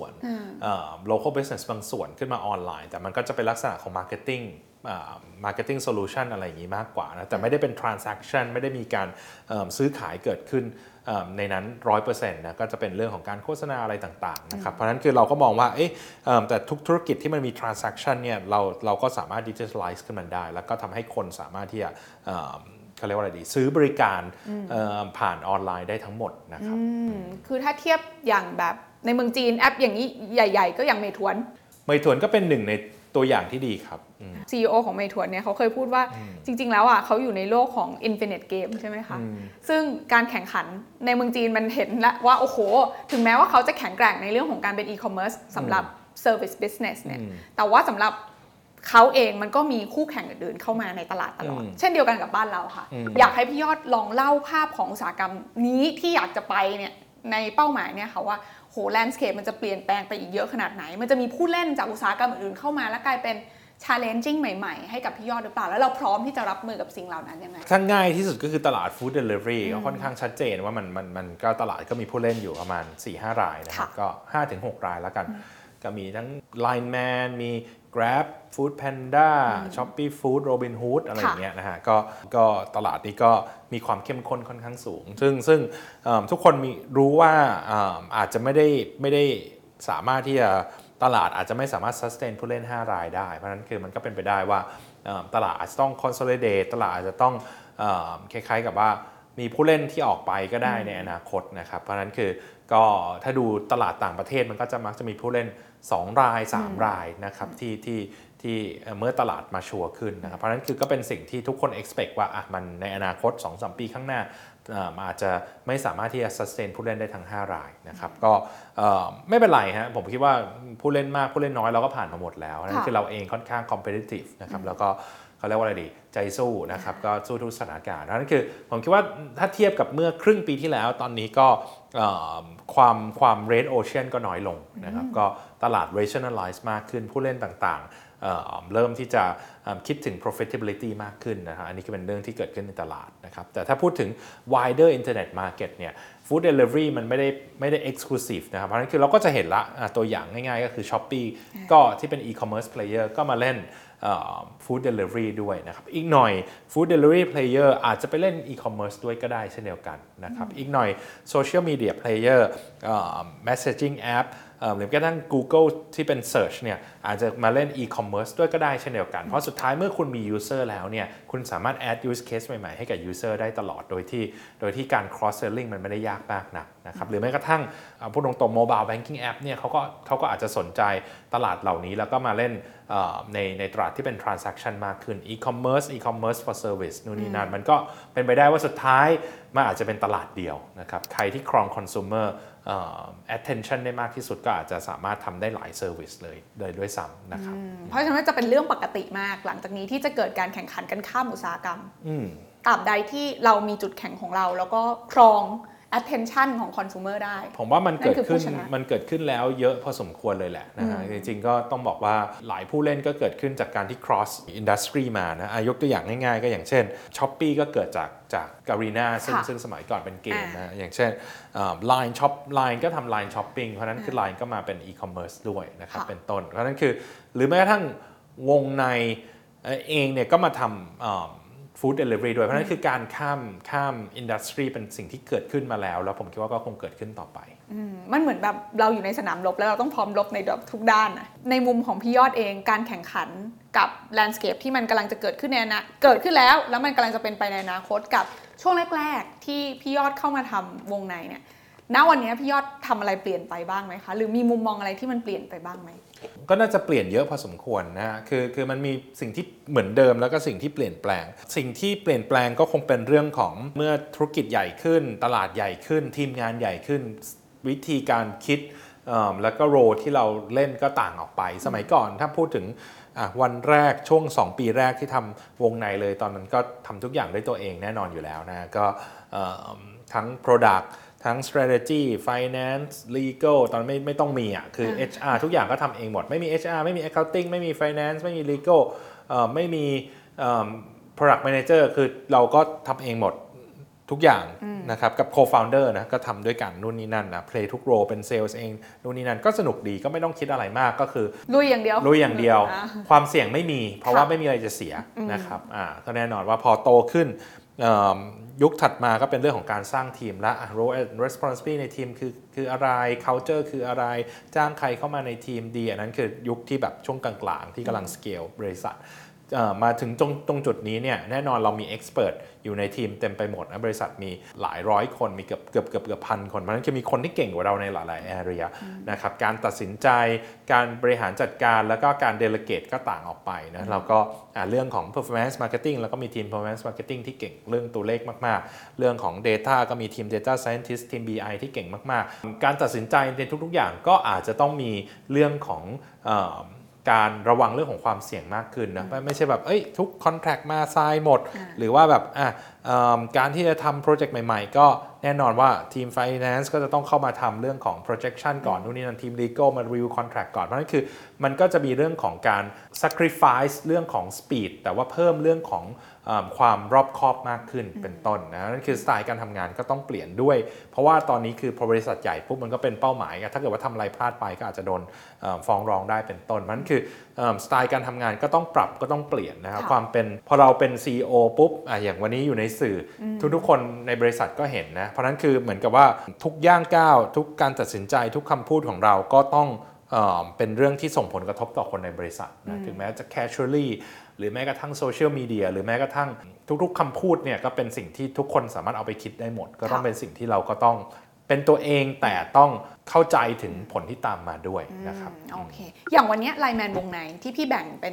local business บางส่วนขึ้นมาออนไลน์แต่มันก็จะเป็นลักษณะของ marketing solution อะไรอย่างนี้มากกว่านะแต่ไม่ได้เป็น transaction ไม่ได้มีการซื้อขายเกิดขึ้นในนั้น 100% นะก็จะเป็นเรื่องของการโฆษณาอะไรต่างๆนะครับเพราะฉะนั้นคือเราก็มองว่าแต่ทุกธุรกิจที่มันมี transaction เนี่ยเราก็สามารถ digitalize ขึ้นมันได้แล้วก็ทำให้คนสามารถที่จะเขาเรียกว่าอะไรดีซื้อบริการผ่านออนไลน์ได้ทั้งหมดนะครับคือถ้าเทียบอย่างแบบในเมืองจีนแอปอย่างนี้ใหญ่ๆก็อย่างเมทวนก็เป็นหนึ่งในตัวอย่างที่ดีครับ CEO ของเมทวนเนี่ยเขาเคยพูดว่าจริงๆแล้วเขาอยู่ในโลกของ Infinite Game ใช่ไหมคะซึ่งการแข่งขันในเมืองจีนมันเห็นแล้วว่าโอ้โหถึงแม้ว่าเขาจะแข็งแกร่งในเรื่องของการเป็น e-commerce สำหรับ service business เนี่ยแต่ว่าสำหรับเขาเองมันก็มีคู่แข่งอื่นๆเข้ามาในตลาดตลอดเช่นเดียวกันกับบ้านเราค่ะอยากให้พี่ยอดลองเล่าภาพของอุตสาหกรรมนี้ที่อยากจะไปเนี่ยในเป้าหมายเนี่ยค่ะว่าโหแลนด์สเคปมันจะเปลี่ยนแปลงไปอีกเยอะขนาดไหนมันจะมีผู้เล่นจากอุตสาหกรรมอื่นๆเข้ามาแล้วกลายเป็น challenging ใหม่ๆให้กับพี่ยอดหรือเปล่าแล้วเราพร้อมที่จะรับมือกับสิ่งเหล่านั้นยังไงถ้าง่ายที่สุดก็คือตลาด food delivery ก็ค่อนข้างชัดเจนว่ามันก็ตลาดก็มีผู้เล่นอยู่ประมาณ 4-5 รายนะครับก็ 5-6 รายแล้วกันก็มีทั้ง Line Man มี Grab Food Panda Shopee Food Robinhood อะไรอย่างเงี้ยนะฮะก็ตลาดนี้ก็มีความเข้มข้นค่อนข้างสูงซึ่งทุกคนรู้ว่าอาจจะไม่ได้สามารถที่จะตลาดอาจจะไม่สามารถ sustain ผู้เล่น5รายได้เพราะฉะนั้นคือมันก็เป็นไปได้ว่าตลาดอาจจะต้อง consolidate ตลาดอาจจะต้องคล้ายๆกับว่ามีผู้เล่นที่ออกไปก็ได้ในอนาคตนะครับเพราะฉะนั้นคือก็ถ้าดูตลาดต่างประเทศมันก็จะมักจะมีผู้เล่น2ราย3รายนะครับที่เมื่อตลาดมาชัวร์ขึ้นนะครับเพราะฉะนั้นคือก็เป็นสิ่งที่ทุกคน expect ว่ามันในอนาคต 2-3 ปีข้างหน้าอาจจะไม่สามารถที่จะ sustain ผู้เล่นได้ทั้ง5รายนะครับก็ไม่เป็นไรฮะผมคิดว่าผู้เล่นมากผู้เล่นน้อยเราก็ผ่านมาหมดแล้วนั่นคือเราเองค่อนข้าง competitive นะครับแล้วก็เขาเรียกว่าอะไรดีใจสู้นะครับก็สู้ทุกสถานการณ์นั่นคือผมคิดว่าถ้าเทียบกับเมื่อครึ่งปีที่แล้วตอนนี้ก็ความ red ocean ก็น้อยลงนะครับก็ตลาด rationalize มากขึ้นผู้เล่นต่างๆเริ่มที่จะคิดถึง profitability มากขึ้นนะฮะอันนี้ก็เป็นเรื่องที่เกิดขึ้นในตลาดนะครับแต่ถ้าพูดถึง wider internet market เนี่ย food delivery มันไม่ได้ exclusive นะครับเพราะฉะนั้นคือเราก็จะเห็นละตัวอย่างง่ายๆก็คือ Shopee ก็ที่เป็น e-commerce player ก็มาเล่นfood delivery ด้วยนะครับอีกหน่อย food delivery player อาจจะไปเล่น e-commerce ด้วยก็ได้เช่นเดียวกันนะครับอีกหน่อย social media player messaging app หรือกระทั่ง Google ที่เป็น Search เนี่ยอาจจะมาเล่น e-commerce ด้วยก็ได้เช่นเดียวกันเพราะสุดท้ายเมื่อคุณมี user แล้วเนี่ยคุณสามารถ add use case ใหม่ๆให้กับ user ได้ตลอดโดยที่การ cross selling มันไม่ได้ยากมากนักนะครับหรือแม้กระทั่งพูดตรงๆ mobile banking app เนี่ยเขาก็อาจจะสนใจตลาดเหล่านี้แล้วก็มาเล่นในตลาดที่เป็น transaction มากขึ้น e-commerce for service นู่นนี่นั่นมันก็เป็นไปได้ว่าสุดท้ายมันอาจจะเป็นตลาดเดียวนะครับใครที่ครอง consumer attention ได้มากที่สุดก็อาจจะสามารถทำได้หลาย service เลยด้วยซ้ำนะครับเพราะฉะนั้นจะเป็นเรื่องปกติมากหลังจากนี้ที่จะเกิดการแข่งขันกันข้ามอุตสาหกรรมตราบใดที่เรามีจุดแข็งของเราแล้วก็ครอง attention ของ consumer ได้ผมว่ามันเกิดขึ้นแล้วเยอะพอสมควรเลยแหละนะฮะจริงๆก็ต้องบอกว่าหลายผู้เล่นก็เกิดขึ้นจากการที่ cross industry มานะยกตัวอย่างง่ายๆก็อย่างเช่น Shopee ก็เกิดจาก Garena ซึ่งสมัยก่อนเป็นเกมนะอย่างเช่น Line ก็ทำ Line Shopping เพราะนั้นคือ Line ก็มาเป็น e-commerce ด้วยนะครับเป็นต้นเพราะนั้นคือหรือแม้กระทั่งวงในเองเนี่ยก็มาทำฟู้ดเดลิเวอรี่ด้วยเพราะนั้นคือการข้ามอินดัสทรีเป็นสิ่งที่เกิดขึ้นมาแล้วผมคิดว่าก็คงเกิดขึ้นต่อไปมันเหมือนแบบเราอยู่ในสนามรบแล้วเราต้องพร้อมรบในทุกด้านนะในมุมของพี่ยอดเองการแข่งขันกับแลนด์สเคปที่มันกำลังจะเกิดขึ้นเกิดขึ้นแล้วมันกำลังจะเป็นไปในอนาคตกับช่วงแรกๆที่พี่ยอดเข้ามาทำวงในเนี่ยณวันนี้พี่ยอดทำอะไรเปลี่ยนไปบ้างไหมคะหรือมีมุมมองอะไรที่มันเปลี่ยนไปบ้างไหมก็น่าจะเปลี่ยนเยอะพอสมควรนะคือมันมีสิ่งที่เหมือนเดิมแล้วก็สิ่งที่เปลี่ยนแปลงสิ่งที่เปลี่ยนแปลงก็คงเป็นเรื่องของเมื่อธุรกิจใหญ่ขึ้นตลาดใหญ่ขึ้นทีมงานใหญ่ขึ้นวิธีการคิดแล้วก็โรที่เราเล่นก็ต่างออกไปสมัยก่อนถ้าพูดถึงวันแรกช่วง2ปีแรกที่ทำวงในเลยตอนนั้นก็ทำทุกอย่างด้วยตัวเองแน่นอนอยู่แล้วนะก็ทั้ง Productทั้ง strategy finance legal ตอนไม่ต้องมีคือ HR ทุกอย่างก็ทำเองหมดไม่มี HR ไม่มี accounting ไม่มี finance ไม่มี legal ไม่มี product manager คือเราก็ทำเองหมดทุกอย่างนะครับกับ co-founder นะก็ทำด้วยกันนู่นนี่นั่นนะ play ทุก role เป็น sales เองนู่นนี่นั่นก็สนุกดีก็ไม่ต้องคิดอะไรมากก็คือลุยอย่างเดียวความเสี่ยงไม่มีเพราะว่าไม่มีอะไรจะเสียนะครับก็แน่นอนว่าพอโตขึ้นยุคถัดมาก็เป็นเรื่องของการสร้างทีมและ role and responsibility ในทีมคืออะไร culture คืออะไรจ้างใครเข้ามาในทีมดีอันนั้นคือยุคที่แบบช่วงกลางๆที่กำลัง scale บริษัทมาถึงตรงจุดนี้เนี่ยแน่นอนเรามี expert อยู่ในทีมเต็มไปหมดนะบริษัทมีหลายร้อยคนมีเกือบพันคนเพราะฉะนั้นจะมีคนที่เก่งกว่าเราในหลายๆ area นะครับการตัดสินใจการบริหารจัดการแล้วก็การ delegate ก็ต่างออกไปนะเราก็เรื่องของ performance marketing แล้วก็มีทีม performance marketing ที่เก่งเรื่องตัวเลขมากๆเรื่องของ data ก็มีทีม data scientist ทีม BI ที่เก่งมากๆการตัดสินใจในทุกๆอย่างก็อาจจะต้องมีเรื่องของการระวังเรื่องของความเสี่ยงมากขึ้นนะไม่ใช่แบบทุกคอนแทรคมาไซน์หมดหรือว่าแบบการที่จะทำโปรเจกต์ใหม่ๆก็แน่นอนว่าทีม Finance ก็จะต้องเข้ามาทำเรื่องของ projection ก่อนนู่นนี่นั่นทีม Legal มา review contract ก่อนเพราะนั่นคือมันก็จะมีเรื่องของการ sacrifice เรื่องของ speed แต่ว่าเพิ่มเรื่องของความรอบคอบมากขึ้นเป็นต้นนะนั่นคือสไตล์การทำงานก็ต้องเปลี่ยนด้วยเพราะว่าตอนนี้คือพอบริษัทใหญ่ปุ๊บมันก็เป็นเป้าหมายถ้าเกิดว่าทำอะไรพลาดไปก็อาจจะโดนฟ้องร้องได้เป็นต้นมันคือสไตล์การทำงานก็ต้องปรับก็ต้องเปลี่ยนนะครับความเป็นพอเราเป็น CEO ปุ๊บอย่างวันนี้อยู่ในสื่อทุกคนในบริษัทก็เห็นนะเพราะนั้นคือเหมือนกับว่าทุกย่างก้าวทุกการตัดสินใจทุกคำพูดของเราก็ต้องเป็นเรื่องที่ส่งผลกระทบต่อคนในบริษัทนะถึงแม้จะ casually หรือแม้กระทั่งโซเชียลมีเดียหรือแม้กระทั่งทุกๆคำพูดเนี่ยก็เป็นสิ่งที่ทุกคนสามารถเอาไปคิดได้หมดก็ต้องเป็นสิ่งที่เราก็ต้องเป็นตัวเองแต่ต้องเข้าใจถึงผลที่ตามมาด้วยนะครับโอเคอย่างวันนี้ไลน์แมนวงในที่พี่แบ่งเป็น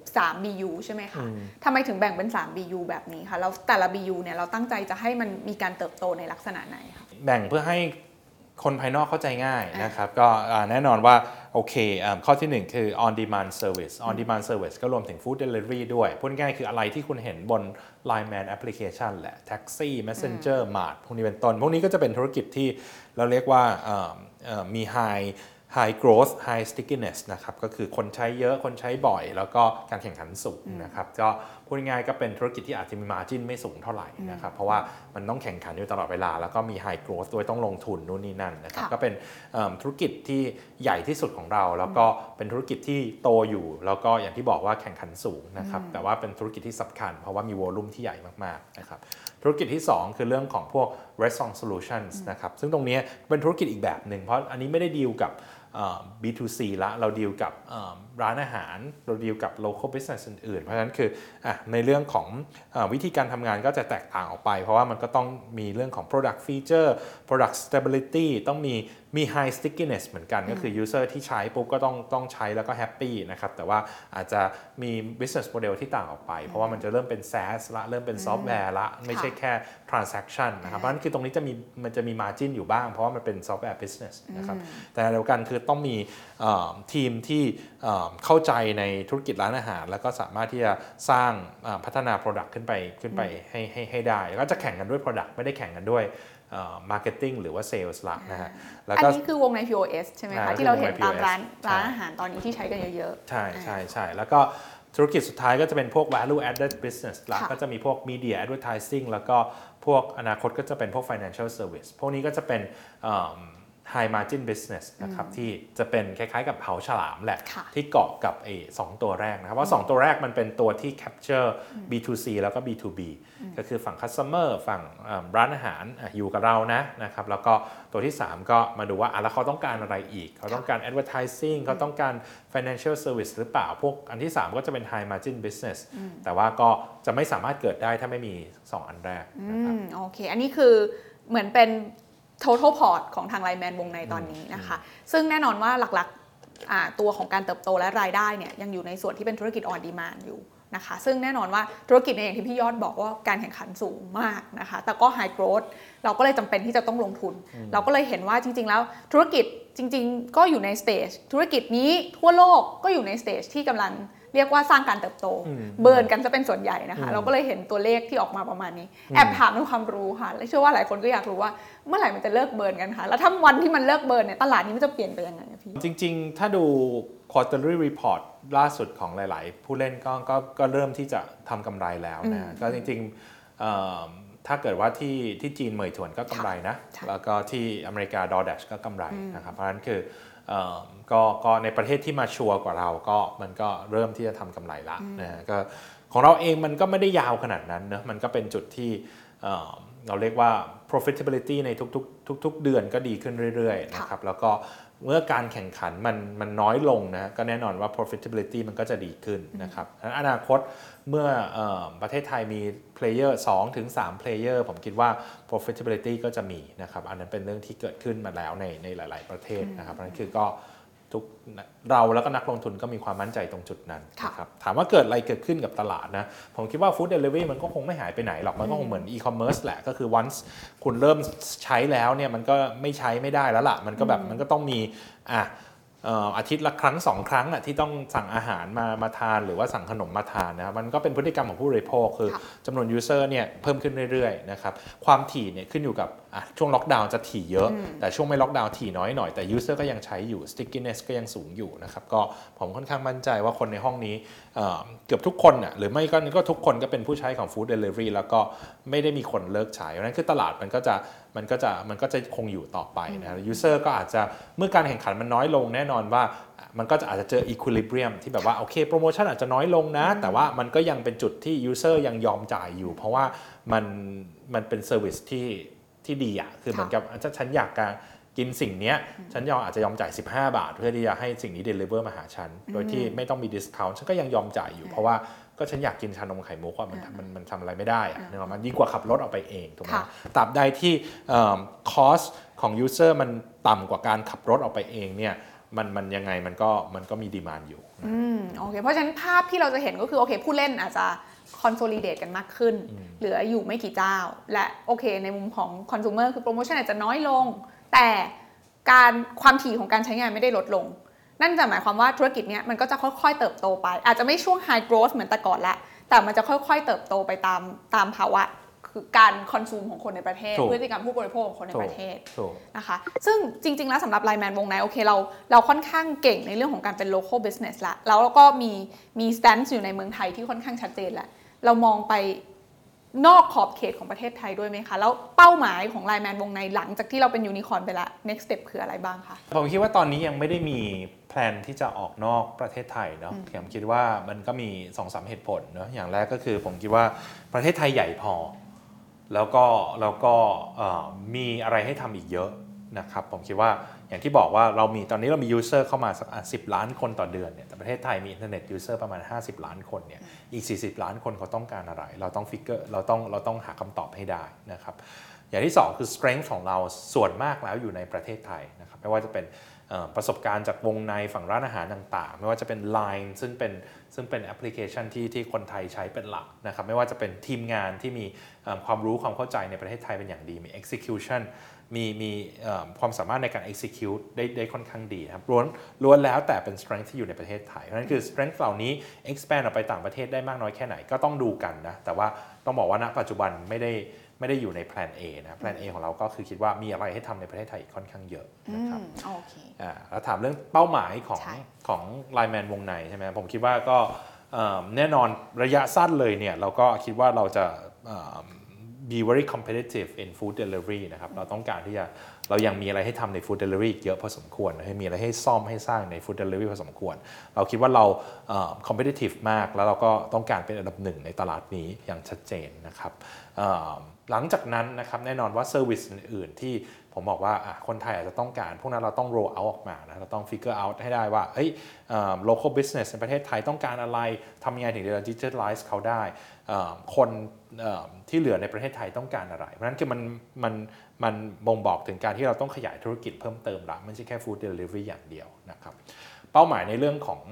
3 BU ใช่ไหมคะทำไมถึงแบ่งเป็น3 BU แบบนี้คะแล้วแต่ละ BU เนี่ยเราตั้งใจจะให้มันมีการเติบโตในลักษณะไหนคะแบ่งเพื่อให้คนภายนอกเข้าใจง่ายนะครับก็แน่นอนว่าโอเคข้อที่1คือ on demand service on demand service ก็รวมถึง food delivery ด้วยพูดง่ายคืออะไรที่คุณเห็นบน Line Man application แหละ taxi messenger mart พวกนี้เป็นต้นพวกนี้ก็จะเป็นธุรกิจที่เราเรียกว่ามี high growth high stickiness นะครับก็คือคนใช้เยอะคนใช้บ่อยแล้วก็การแข่งขันสูงนะครับก็พูดง่ายๆก็เป็นธุรกิจที่อาจจะมี margin ไม่สูงเท่าไหร่นะครับเพราะว่ามันต้องแข่งขันอยู่ตลอดเวลาแล้วก็มี high growth ด้วยต้องลงทุนนู่นนี่นั่นนะครับก็เป็นธุรกิจที่ใหญ่ที่สุดของเราแล้วก็เป็นธุรกิจที่โตอยู่แล้วก็อย่างที่บอกว่าแข่งขันสูงนะครับแต่ว่าเป็นธุรกิจที่สำคัญเพราะว่ามี volume ที่ใหญ่มากๆนะครับธุรกิจที่2คือเรื่องของพวก restaurant solutions นะครับซึ่งตรงนี้เป็นธุรกิจอีกแบบหนึ่งเพราะอันนี้ไม่ได้ดีลกับ B2C ละเราดีลกับร้านอาหารเราดีลกับ local business อื่นๆเพราะฉะนั้นคือในเรื่องของวิธีการทำงานก็จะแตกต่างออกไปเพราะว่ามันก็ต้องมีเรื่องของ product feature product stability ต้องมี high stickiness เหมือนกันก็คือ user ที่ใช้ปุ๊บก็ต้องใช้แล้วก็แฮปปี้นะครับแต่ว่าอาจจะมี business model ที่ต่างออกไปเพราะว่ามันจะเริ่มเป็น SaaS ละเริ่มเป็นซอฟต์แวร์ละไม่ใช่แค่ transaction นะครับเพราะฉะนั้นคือตรงนี้มันจะมี margin อยู่บ้างเพราะว่ามันเป็น software business นะครับแต่เดียวกันคือต้องมีทีมที่เข้าใจในธุรกิจร้านอาหารแล้วก็สามารถที่จะสร้างพัฒนา product ขึ้นไปให้ได้แล้วก็จะแข่งกันด้วย product ไม่ได้แข่งกันด้วยmarketing หรือว่า sales ละนะฮะแล้วก็อันนี้คือวงใน POS ใช่ไหมคะที่เราเห็นตามร้านอาหารตอนนี้ที่ใช้กันเยอะๆใช่แล้วก็ธุรกิจสุดท้ายก็จะเป็นพวก value added business ละก็จะมีพวก media advertising แล้วก็พวกอนาคตก็จะเป็นพวก financial service พวกนี้ก็จะเป็นhigh margin business นะครับที่จะเป็นคล้ายๆกับเผาฉลามแหละที่เกาะกับ2ตัวแรกนะครับเพราะ2ตัวแรกมันเป็นตัวที่ capture B2C แล้วก็ B2B ก็คือฝั่ง customer ฝั่งร้านอาหารอยู่กับเรานะครับแล้วก็ตัวที่3ก็มาดูว่าแล้วเขาต้องการอะไรอีกเขาต้องการ advertising เขาต้องการ financial service หรือเปล่าพวกอันที่3ก็จะเป็น high margin business แต่ว่าก็จะไม่สามารถเกิดได้ถ้าไม่มี2อันแรกนะครับโอเคอันนี้คือเหมือนเป็นtotal port ของทางไลน์แมนวงในตอนนี้นะคะซึ่งแน่นอนว่าหลักๆตัวของการเติบโตและรายได้เนี่ยยังอยู่ในส่วนที่เป็นธุรกิจ on demand อยู่นะคะซึ่งแน่นอนว่าธุรกิจในอย่างที่พี่ยอดบอกว่าการแข่งขันสูงมากนะคะแต่ก็ high growth เราก็เลยจำเป็นที่จะต้องลงทุนเราก็เลยเห็นว่าจริงๆแล้วธุรกิจจริงๆก็อยู่ในสเตจธุรกิจนี้ทั่วโลกก็อยู่ในสเตจที่กำลังเรียกว่าสร้างการเติบโตเบิร์นกันจะเป็นส่วนใหญ่นะคะเราก็เลยเห็นตัวเลขที่ออกมาประมาณนี้แอบถามด้วยความรู้ค่ะและเชื่อว่าหลายคนก็อยากรู้ว่าเมื่อไหร่มันจะเลิกเบิร์นกันคะแล้วถ้าวันที่มันเลิกเบิร์นเนี่ยตลาดนี้มันจะเปลี่ยนไปยังไงพี่จริงๆถ้าดู quarterly report ล่าสุดของหลายๆผู้เล่นก็เริ่มที่จะทำกำไรแล้วนะก็จริงๆถ้าเกิดว่าที่จีนเหมยถวนก็กำไรนะแล้วก็ที่อเมริกา DoorDash ก็กำไรนะครับเพราะฉะนั้นคือก็ในประเทศที่มาชัวร์กว่าเราก็มันก็เริ่มที่จะทำกำไรละนะก็ของเราเองมันก็ไม่ได้ยาวขนาดนั้นนะมันก็เป็นจุดที่เราเรียกว่า profitability ในทุกเดือนก็ดีขึ้นเรื่อยๆนะครับแล้วก็เมื่อการแข่งขันมันน้อยลงนะก็แน่นอนว่า profitability มันก็จะดีขึ้นนะครับอนาคตเมื่อประเทศไทยมี player 2-3 player ผมคิดว่า profitability ก็จะมีนะครับอันนั้นเป็นเรื่องที่เกิดขึ้นมาแล้วในหลายๆประเทศนะครับนั่นคือก็เราแล้วก็นักลงทุนก็มีความมั่นใจตรงจุดนั้นนะครับถามว่าเกิดอะไรเกิดขึ้นกับตลาดนะผมคิดว่า food delivery มันก็คงไม่หายไปไหนหรอกมันก็คงเหมือน e-commerce แหละก็คือ once คุณเริ่มใช้แล้วเนี่ยมันก็ไม่ใช้ไม่ได้แล้วล่ะมันก็แบบมันก็ต้องมีอาทิตย์ละครั้ง2ครั้งที่ต้องสั่งอาหารมาทานหรือว่าสั่งขนมมาทานนะครับมันก็เป็นพฤติกรรมของผู้บริโภคคือจำนวน user เนี่ยเพิ่มขึ้นเรื่อยๆนะครับความถี่เนี่ยขึ้นอยู่กับช่วงล็อกดาวน์จะถี่เยอะแต่ช่วงไม่ล็อกดาวน์ถี่น้อยหน่อยแต่ user ก็ยังใช้อยู่ stickiness ก็ยังสูงอยู่นะครับก็ผมค่อนข้างมั่นใจว่าคนในห้องนี้เกือบทุกคนหรือไม่ก็ทุกคนก็เป็นผู้ใช้ของ food delivery แล้วก็ไม่ได้มีคนเลิกใช้เพราะนั้นคือตลาดมันก็จะคงอยู่ต่อไปนะ user ก็อาจจะเมื่อการแข่งขันมันน้อยลงแน่นอนว่ามันก็อาจจะเจอ equilibrium ที่แบบว่าโอเคโปรโมชั่นอาจจะน้อยลงนะแต่ว่ามันก็ยังเป็นจุดที่ user ยังยอมจ่ายอยู่เพราะว่ามันเป็น service ที่ดีคือเหมือนกับฉันอยากกินสิ่งนี้ฉันอาจจะยอมจ่าย15 บาทเพื่อที่จะให้สิ่งนี้ deliver มาหาฉันโดยที่ไม่ต้องมี discount ฉันก็ยังยอมจ่ายอยู่เพราะว่าก็ฉันอยากกินชานมไข่มุกมันทำอะไรไม่ได้นึกออกมั้ยดีกว่าขับรถออกไปเองถูกไหมตราบใดที่cost ของ user มันต่ำกว่าการขับรถออกไปเองเนี่ยมันยังไงมันก็มีดีมานด์อยู่โอเคเพราะฉะนั้นภาพที่เราจะเห็นก็คือโอเคผู้เล่นอาจจะ consolidate กันมากขึ้นเหลืออยู่ไม่กี่เจ้าและโอเคในมุมของ consumer คือโปรโมชั่นอาจจะน้อยลงแต่ความถี่ของการใช้งานไม่ได้ลดลงนั่นจะหมายความว่าธุรกิจเนี้ยมันก็จะค่อยๆเติบโตไปอาจจะไม่ช่วง high growth เหมือนแต่ก่อนละแต่มันจะค่อยๆเติบโตไปตามภาวะคือการคอนซูมของคนในประเทศพฤติกรรมผู้บริโภคของคนในประเทศนะคะซึ่งจริงๆแล้วสำหรับไลน์แมนวงในโอเคเราค่อนข้างเก่งในเรื่องของการเป็น local business ละแล้วเราก็มี stance อยู่ในเมืองไทยที่ค่อนข้างชัดเจนแหละเรามองไปนอกขอบเขตของประเทศไทยด้วยไหมคะแล้วเป้าหมายของไลน์แมนวงในหลังจากที่เราเป็นยูนิคอร์นไปละ next step คืออะไรบ้างคะผมคิดว่าตอนนี้ยังไม่ได้มีแพลนที่จะออกนอกประเทศไทยเนาะผมคิดว่ามันก็มี 2-3 เหตุผลเนาะอย่างแรกก็คือผมคิดว่าประเทศไทยใหญ่พอแล้วก็มีอะไรให้ทำอีกเยอะนะครับผมคิดว่าอย่างที่บอกว่าตอนนี้เรามี user เข้ามาสัก10 ล้านคนต่อเดือนเนี่ยแต่ประเทศไทยมีอินเทอร์เน็ต user ประมาณ50 ล้านคนเนี่ยอีก40 ล้านคนเขาต้องการอะไรเราต้องหาคำตอบให้ได้นะครับอย่างที่2คือ strength ของเราส่วนมากแล้วอยู่ในประเทศไทยนะครับไม่ว่าจะเป็นประสบการณ์จากวงในฝั่งร้านอาหารต่างๆไม่ว่าจะเป็น Line ซึ่งเป็นแอปพลิเคชันที่คนไทยใช้เป็นหลักนะครับไม่ว่าจะเป็นทีมงานที่มีความรู้ความเข้าใจในประเทศไทยเป็นอย่างดีมี execution มีความสามารถในการ execute ได้ค่อนข้างดีครับล้วนแล้วแต่เป็น strength ที่อยู่ในประเทศไทยเพราะฉะนั้นคือ strength เหล่านี้ expand ออกไปต่างประเทศได้มากน้อยแค่ไหนก็ต้องดูกันนะแต่ว่าต้องบอกว่าณปัจจุบันไม่ได้อยู่ในแผน A นะแผน A ของเราก็คือคิดว่ามีอะไรให้ทำในประเทศไทยค่อนข้างเยอะนะครับโอเคแล้วถามเรื่องเป้าหมายของไลน์แมนวงในใช่ไหมผมคิดว่าก็แน่นอนระยะสั้นเลยเนี่ยเราก็คิดว่าเราจะbe very competitive in food delivery นะครับเราต้องการที่จะเรายังมีอะไรให้ทำใน food delivery เยอะพอสมควรให้มีอะไรให้ซ่อมให้สร้างใน food delivery พอสมควรเราคิดว่าเราcompetitive มากแล้วเราก็ต้องการเป็นอันดับหนึ่งในตลาดนี้อย่างชัดเจนนะครับหลังจากนั้นนะครับแน่นอนว่า service อื่นๆที่ผมบอกว่าคนไทยอาจจะต้องการพวกนั้นเราต้อง roll out ออกมานะเราต้อง figure out ให้ได้ว่าlocal business ในประเทศไทยต้องการอะไรทำยังไงถึงจะ digitalize เขาได้คนที่เหลือในประเทศไทยต้องการอะไรเพราะฉะนั้นคือมันบ่งบอกถึงการที่เราต้องขยายธุรกิจเพิ่มเติมละไม่ใช่แค่ food delivery อย่างเดียวนะครับเป้าหมายในเรื่องของ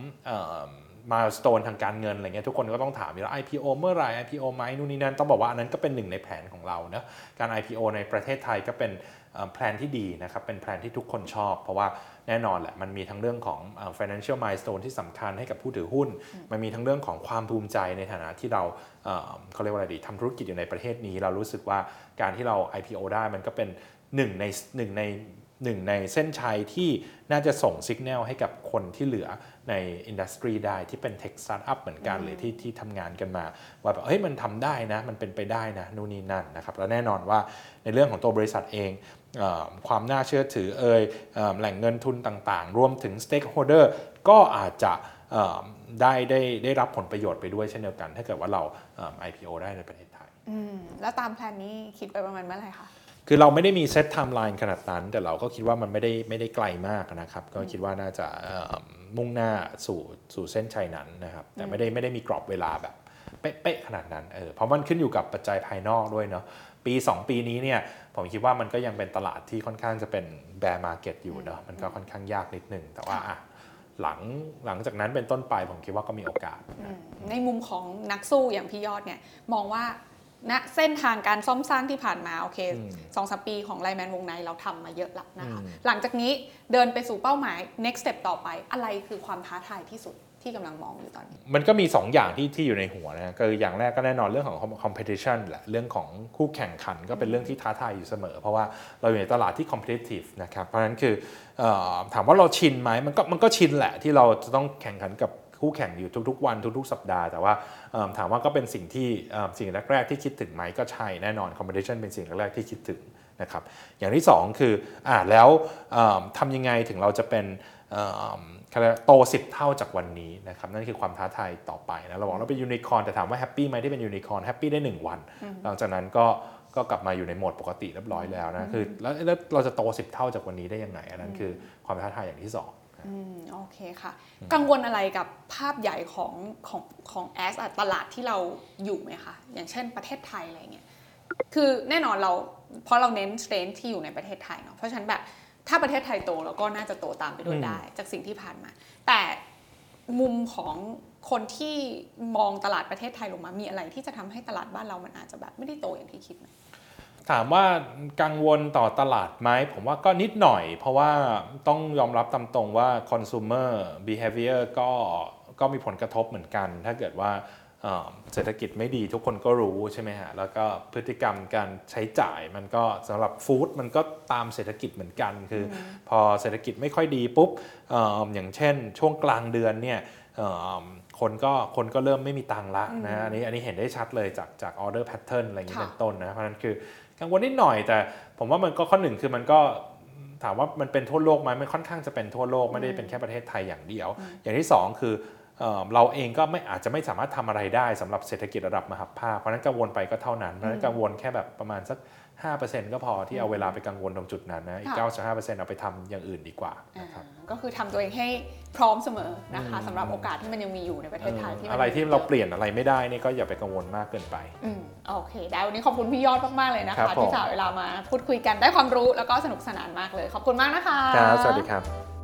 milestone ทางการเงินอะไรเงี้ยทุกคนก็ต้องถามอยู่แล้ว IPO เมื่อไหร่ IPO ไหมนู่นนี่นั่นต้องบอกว่าอันนั้นก็เป็นหนึ่งในแผนของเรานะการ IPO ในประเทศไทยก็เป็นแผนที่ดีนะครับเป็นแผนที่ทุกคนชอบเพราะว่าแน่นอนแหละมันมีทั้งเรื่องของ financial milestone ที่สำคัญให้กับผู้ถือหุ้นมันมีทั้งเรื่องของความภูมิใจในฐานะที่เราเขาเรียกว่าอะไรดีทำธุรกิจอยู่ในประเทศนี้เรารู้สึกว่าการที่เรา IPO ได้มันก็เป็นหนึ่งในเส้นชัยที่น่าจะส่งสัญญาณให้กับคนที่เหลือในอินดัสทรีได้ที่เป็นเทคสตาร์ทอัพเหมือนกันหรือที่ทำงานกันมาว่าแบบเฮ้ยมันทำได้นะมันเป็นไปได้นะนู่นนี่นั่นนะครับแล้วแน่นอนว่าในเรื่องของตัวบริษัทเองความน่าเชื่อถือแหล่งเงินทุนต่างๆรวมถึง stakeholder ก็อาจจะได้รับผลประโยชน์ไปด้วยเช่นเดียวกันถ้าเกิดว่าเรา IPO ได้ในประเทศไทยแล้วตามแผนนี้คิดไปประมาณเมื่อไหร่คะคือเราไม่ได้มีเซตไทม์ไลน์ขนาดนั้นแต่เราก็คิดว่ามันไม่ได้ไกลมากนะครับก็คิดว่าน่าจะมุ่งหน้าสู่เส้นชัยนั้นนะครับแต่ไม่ได้มีกรอบเวลาแบบเป๊ะๆขนาดนั้นเพราะมันขึ้นอยู่กับปัจจัยภายนอกด้วยเนาะปี2ปีนี้เนี่ยผมคิดว่ามันก็ยังเป็นตลาดที่ค่อนข้างจะเป็น bear market อยู่เนาะมันก็ค่อนข้างยากนิดนึงแต่ว่าหลังจากนั้นเป็นต้นไปผมคิดว่าก็มีโอกาสในมุมของนักสู้อย่างพี่ยอดเนี่ยมองว่าณเส้นทางการซ่อมสร้างที่ผ่านมาโอเค 2-3 ปีของไลน์แมนวงในเราทำมาเยอะแล้วนะคะหลังจากนี้เดินไปสู่เป้าหมาย next step ต่อไปอะไรคือความท้าทายที่สุดที่กำลังมองอยู่ตอนนี้มันก็มี2อย่างที่อยู่ในหัวนะก็อย่างแรกก็แน่นอนเรื่องของ competition แหละเรื่องของคู่แข่งขันก็เป็นเรื่องที่ท้าทายอยู่เสมอเพราะว่าเราอยู่ในตลาดที่ competitive นะครับเพราะฉะนั้นคือถามว่าเราชินไหมมันก็ชินแหละที่เราจะต้องแข่งขันกับคู่แข่งอยู่ทุกๆวันทุกๆสัปดาห์แต่ว่าถามว่าก็เป็นสิ่งแรกๆที่คิดถึงไหมก็ใช่แน่นอน competition เป็นสิ่งแรกๆที่คิดถึงนะครับอย่างที่2คือแล้วทำยังไงถึงเราจะเป็นโต10 เท่าจากวันนี้นะครับนั่นคือความท้าทายต่อไปนะเราบอกเราเป็นยูนิคอร์นแต่ถามว่าแฮปปี้ไหมที่เป็นยูนิคอร์นแฮปปี้ได้1 วันหลังจากนั้นก็กลับมาอยู่ในโหมดปกติเรียบร้อยแล้วนะคือแล้วเราจะโต10 เท่าจากวันนี้ได้ยังไงอันนั้นคือความท้าทายอย่างที่2 โอเคค่ะกังวลอะไรกับภาพใหญ่ของแอสตลาดที่เราอยู่ไหมคะอย่างเช่นประเทศไทยอะไรเงี้ยคือแน่นอนเพราะเราเน้นสเตรนท์ที่อยู่ในประเทศไทยเนาะเพราะฉะนั้นแบบถ้าประเทศไทยโตเราก็น่าจะโตตามไปด้วยได้จากสิ่งที่ผ่านมาแต่มุมของคนที่มองตลาดประเทศไทยลงมามีอะไรที่จะทำให้ตลาดบ้านเรามันอาจจะแบบไม่ได้โตอย่างที่คิดไหมถามว่ากังวลต่อตลาดไหมผมว่าก็นิดหน่อยเพราะว่าต้องยอมรับตามตรงว่า consumer behavior ก็มีผลกระทบเหมือนกันถ้าเกิดว่าเศรษฐกิจไม่ดีทุกคนก็รู้ใช่ไหมฮะแล้วก็พฤติกรรมการใช้จ่ายมันก็สำหรับฟู้ดมันก็ตามเศรษฐกิจเหมือนกันคือพอเศรษฐกิจไม่ค่อยดีปุ๊บอย่างเช่นช่วงกลางเดือนเนี่ยคนก็เริ่มไม่มีตังค์ละนะอันนี้เห็นได้ชัดเลยจาก order pattern อะไรอย่างนี้เป็นต้นนะเพราะฉะนั้นคือกังวลนิดหน่อยแต่ผมว่ามันก็ข้อหนึ่งคือมันก็ถามว่ามันเป็นทั่วโลกไหมมันค่อนข้างจะเป็นทั่วโลกไม่ได้เป็นแค่ประเทศไทยอย่างเดียวอย่างที่2คือเราเองก็อาจจะไม่สามารถทำอะไรได้สำหรับเศรษฐกิจระดับมหภาคเพราะนั้นกังวลไปก็เท่านั้นเพราะนั้นกังวลแค่แบบประมาณสัก 5%ก็พอที่เอาเวลาไปกังวลตรงจุดนั้นนะอีก 95% เอาไปทำอย่างอื่นดีกว่านะครับก็คือทำตัวเองให้พร้อมเสมอนะคะสำหรับโอกาสที่มันยังมีอยู่ในประเทศไทยอะไรที่เราเปลี่ยนอะไรไม่ได้นี่ก็อย่าไปกังวลมากเกินไปโอเคได้วันนี้ขอบคุณพี่ยอดมากๆเลยนะคะที่สละเวลามาพูดคุยกันได้ความรู้แล้วก็สนุกสนานมากเลยขอบคุณมากนะคะครับสวัสดีครับ